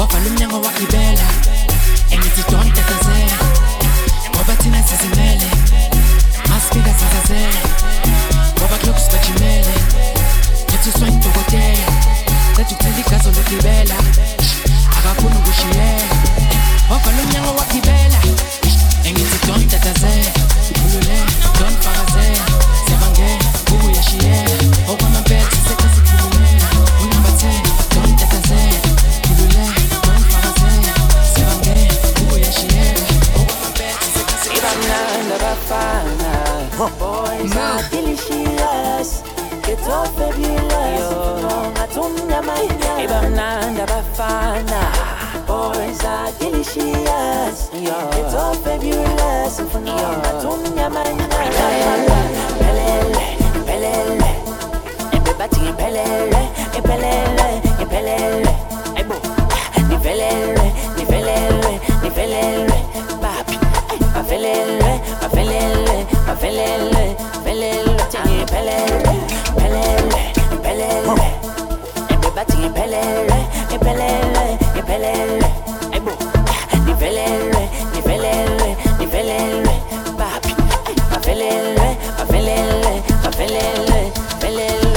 wavala umnyango wagibela engithi don't tatazela ngoba thina sizimele masifika sazazela ngoba kulokhu sibajimele ngithi uswayindokotela ceda ukuthela igazo lokugibela akafuni ukushiyela wavala umnyango wagibela engithi don't tatazela khululela don't fakazela sebangela ukuyashiyela okwamabele sisekha sikhulumela unumber ten don't tatazela khululela don't fakazela sebangela ukuyashiyela okwamabele sisekha sikhulumela Bafana, boys are delicious. Get off fabulous. Ngatumnya manya. Ibamnanda bafana, boys are delicious. Get off fabulous. Ngatumnya manya. Pelele, pelele, ebebati pelele, pelele, pelele. Ebo, ni pelele, ni pelele, ni pelele. Papi, pelele, pelele, pelele, pelele. Tingi pelele, pelele, pelele. Ebebati pelele, pelele, pelele. Ebo, ni pelele, ni pelele, ni pelele. Papi, pelele, pelele, pelele, pelele.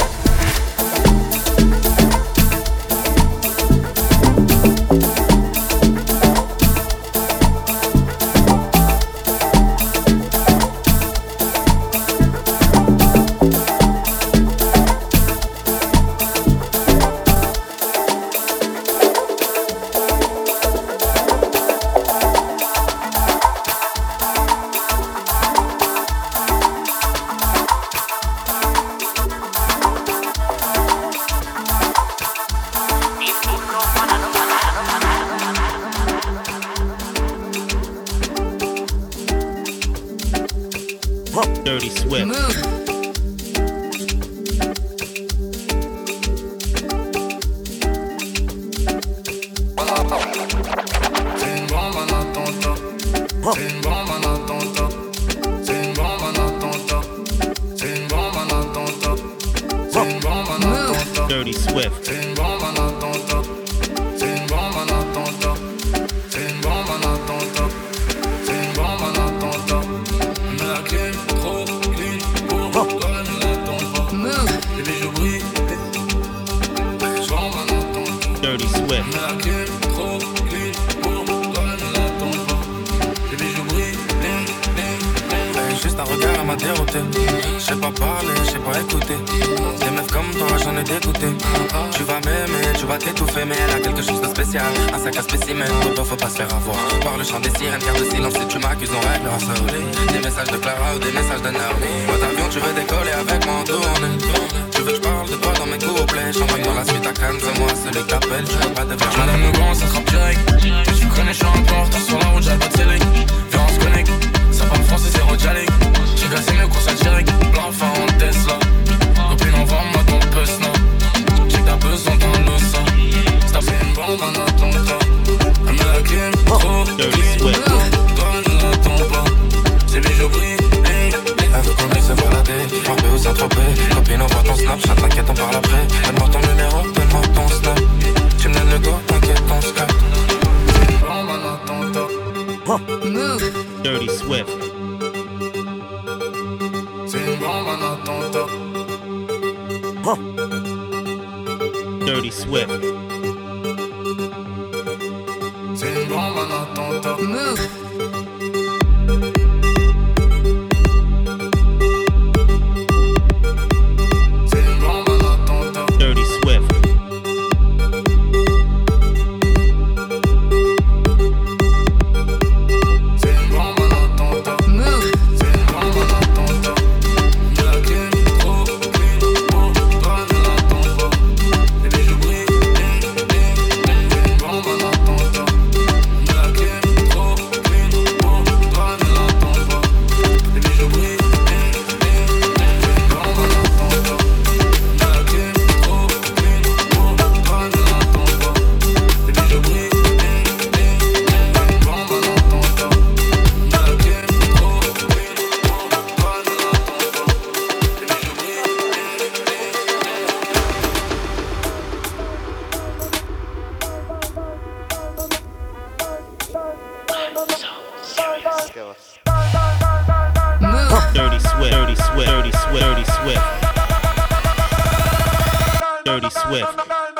Dirty Swift. C'est une bombe en attentat. C'est une bombe en attentat. C'est une bombe en attentat. C'est une bombe en attentat. C'est une bombe en attentat. Dirty Swift. C'est une bombe en attentat. C'est une bombe en attentat. C'est une bombe en attentat. C'est une bombe en attentat. Mais la clé trop clean pour toi ne l'attends pas. Les bijoux brillent. Bombe en attentat. Dirty Swift. Mais la clé trop clean pour toi ne l'attends pas. Les bijoux brillent. Juste un regard à m'a dérouté. J'sais pas parler, j'sais pas écouter. Des meufs comme toi, j'en ai dégoûté. Tu vas m'aimer, tu vas t'étouffer, mais elle a quelque chose de spécial. Un sac à spécimen, autant faut pas se faire avoir. Par le chant des sirènes, car de silence, si tu m'accuses, on réglera ça. Des messages de Clara ou des messages de Naomi. Mode avion, tu veux décoller avec moi en tournée. Tu veux que je parle de toi dans mes couplets. J'envoie dans la suite à Cannes, c'est moi celui que t'appelles. Je veux pas devenir Madame le grand, ça frappe direct. Tu connais, je suis un porteur sur la route, j'ai pas de télé. Viens, on se connecte. Ça parle français, c'est Rojalik. J'ai cassé mes courses à direct. L'enfant en Tesla. Copine, envoie-moi ton puce là. J'ai que t'as besoin d'un losa. C'est tapé une bombe en attentat. Elle met la clim, trop clean. Toi, ne l'attends pas. C'est bijoux brillent. Elle veut qu'on aille se balader, Marbé ou Saint-Tropez. Copine, envoie ton Snapchat, t'inquiète, on parle après. Donne-moi ton numéro, donne-moi ton snap. Tu me donnes le go, t'inquiète, on se capte. C'est une bombe en attentat. Dirty Swift. C'est une bombe en attentat. Dirty Swift. C'est une bombe en attentat. C'est une bombe en attentat. Dirty Swift. C'est une bombe en attentat. C'est une bombe en attentat. Mais la clé trop clean pour toi ne l'attends pas. Les bijoux brillent. C'est une bombe en attentat. Mais la clé trop clean. Dirty Swift, Dirty Swift, Dirty Swift, Dirty Swift. Dirty Swift.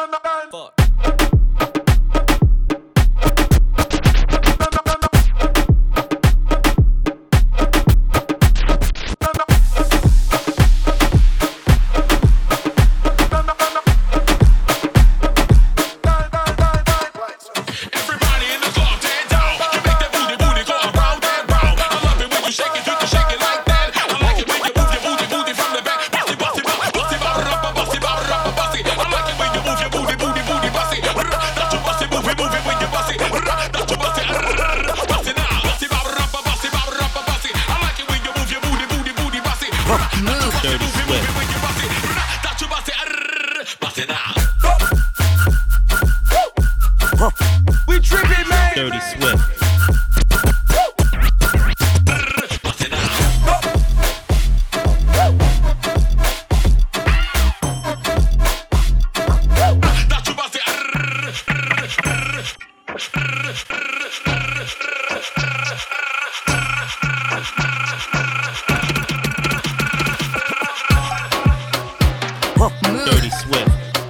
Dirty Swift. Dirty Swift.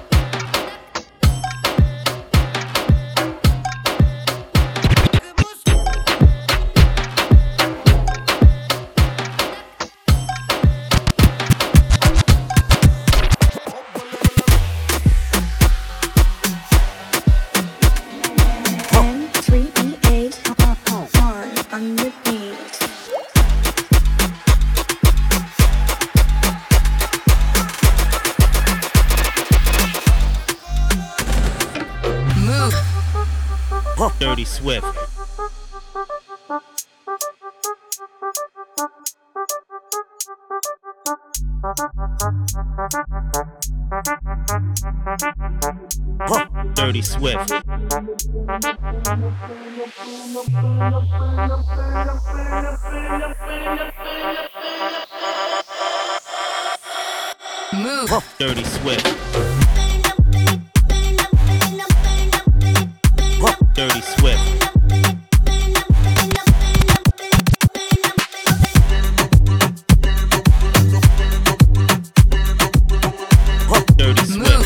Dirty Swift. Dirty Swift. Move. Dirty Swift. Dirty Swift. Dirty Swift.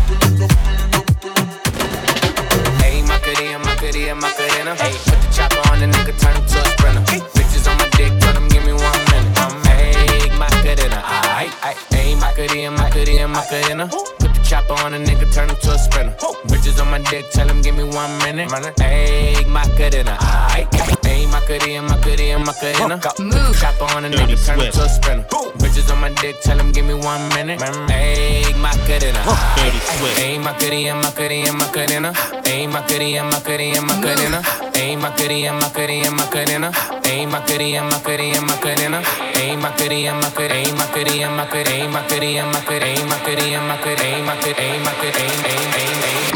Hey, Macarena, Macarena, Macarena. Hey, put the chopper on the nigga, turn him to a sprinter. Bitches on my dick, tell them give me one minute. Hey, Macarena, aight, aight. Hey, Macarena, Macarena, Macarena. Put the chopper on a nigga, turn him to a sprinter. Bitches on my dick, tell him give me one minute. Hey, Macarena, aight. Hey, Macarena, Macarena, Macarena. Put the chopper on a nigga, turn him to a sprinter. Bitches on my dick, tell him give me one minute. Hey, Macarena, aight. Hey, Macarena, Macarena, Macarena. Hey, Macarena, Macarena, Macarena. Hey, Macarena, Macarena, Macarena. Hey, Macarena, Macarena, Macarena. Hey, Macarena, Macarena, Macarena, Macarena, Macarena, Macarena, Macarena, Macarena, Macarena, Macarena.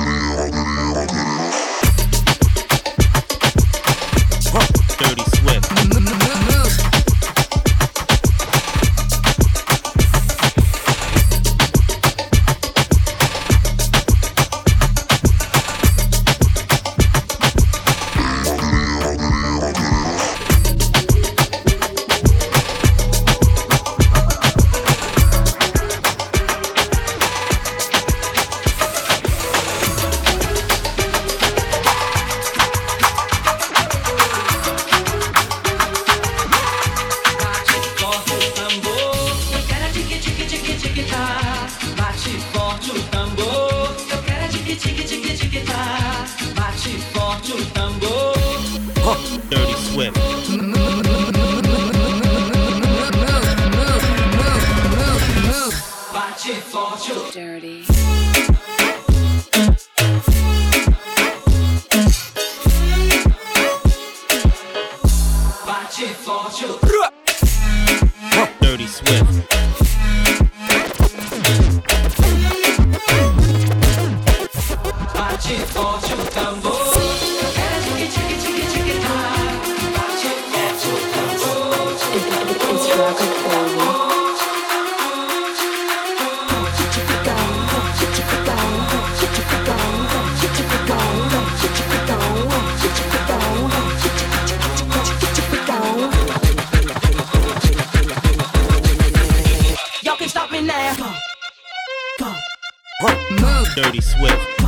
Dirty Swift. Dirty Swift. Dirty. Dirty Swift. Dirty Swift.